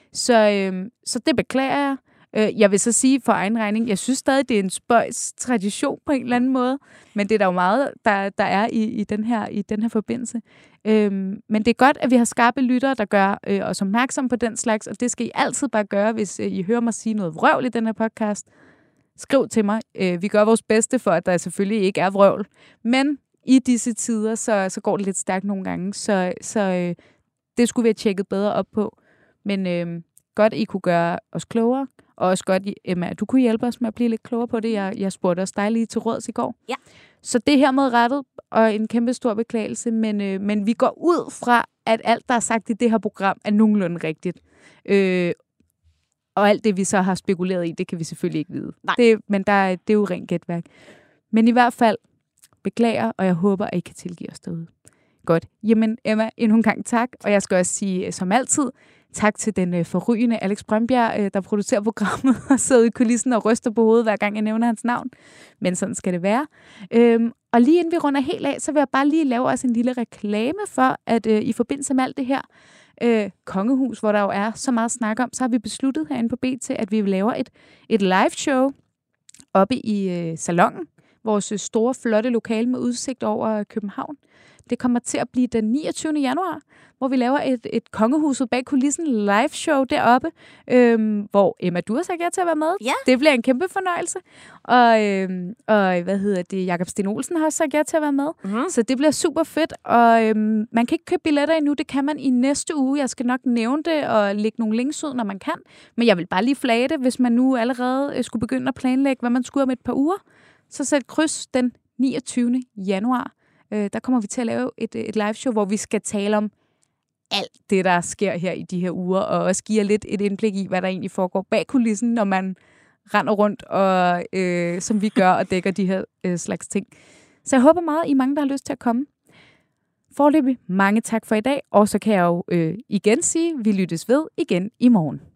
Så det beklager jeg. Jeg vil så sige for egen regning, jeg synes stadig, det er en spøjs tradition på en eller anden måde, men det er der jo meget, der er i den her forbindelse. Men det er godt, at vi har skarpe lyttere, der gør os opmærksom på den slags, og det skal I altid bare gøre, hvis I hører mig sige noget vrøvl i den her podcast. Skriv til mig. Vi gør vores bedste for, at der selvfølgelig ikke er vrøvl, men i disse tider, så går det lidt stærkt nogle gange, så det skulle vi have tjekket bedre op på. Men godt, I kunne gøre os klogere. Og også godt, Emma, at du kunne hjælpe os med at blive lidt klogere på det. Jeg spurgte også dig lige til råds i går. Ja. Så det her med rettet, og en kæmpe stor beklagelse, men vi går ud fra, at alt, der er sagt i det her program, er nogenlunde rigtigt. Og alt det, vi så har spekuleret i, det kan vi selvfølgelig ikke vide. Men det er jo rent gætværk. Men i hvert fald, beklager, og jeg håber, at I kan tilgive os derude. Godt. Jamen, Emma, endnu en gang tak. Og jeg skal også sige, som altid, tak til den forrygende Alex Brøndbjerg, der producerer programmet og sidder i kulissen og ryster på hovedet, hver gang jeg nævner hans navn. Men sådan skal det være. Og lige inden vi runder helt af, så vil jeg bare lige lave også en lille reklame for, at i forbindelse med alt det her kongehus, hvor der jo er så meget snak om, så har vi besluttet herinde på BT, at vi laver et live show oppe i Salonen, vores store, flotte lokale med udsigt over København. Det kommer til at blive den 29. januar, hvor vi laver et kongehuset bag kulissen live show deroppe, hvor Emma, du har sagt ja til at være med. Ja. Det bliver en kæmpe fornøjelse. Og Jakob Sten Olsen har sagt ja til at være med. Mm-hmm. Så det bliver super fedt. Og man kan ikke købe billetter endnu, det kan man i næste uge. Jeg skal nok nævne det og lægge nogle links ud, når man kan. Men jeg vil bare lige flage det, hvis man nu allerede skulle begynde at planlægge, hvad man skulle om et par uger. Så sæt kryds den 29. januar. Der kommer vi til at lave et live show, hvor vi skal tale om alt det, der sker her i de her uger, og også give jer lidt et indblik i, hvad der egentlig foregår bag kulissen, når man render rundt, og som vi gør, og dækker de her slags ting. Så jeg håber meget, I er mange, der har lyst til at komme. Foreløbig mange tak for i dag, og så kan jeg jo igen sige, vi lyttes ved igen i morgen.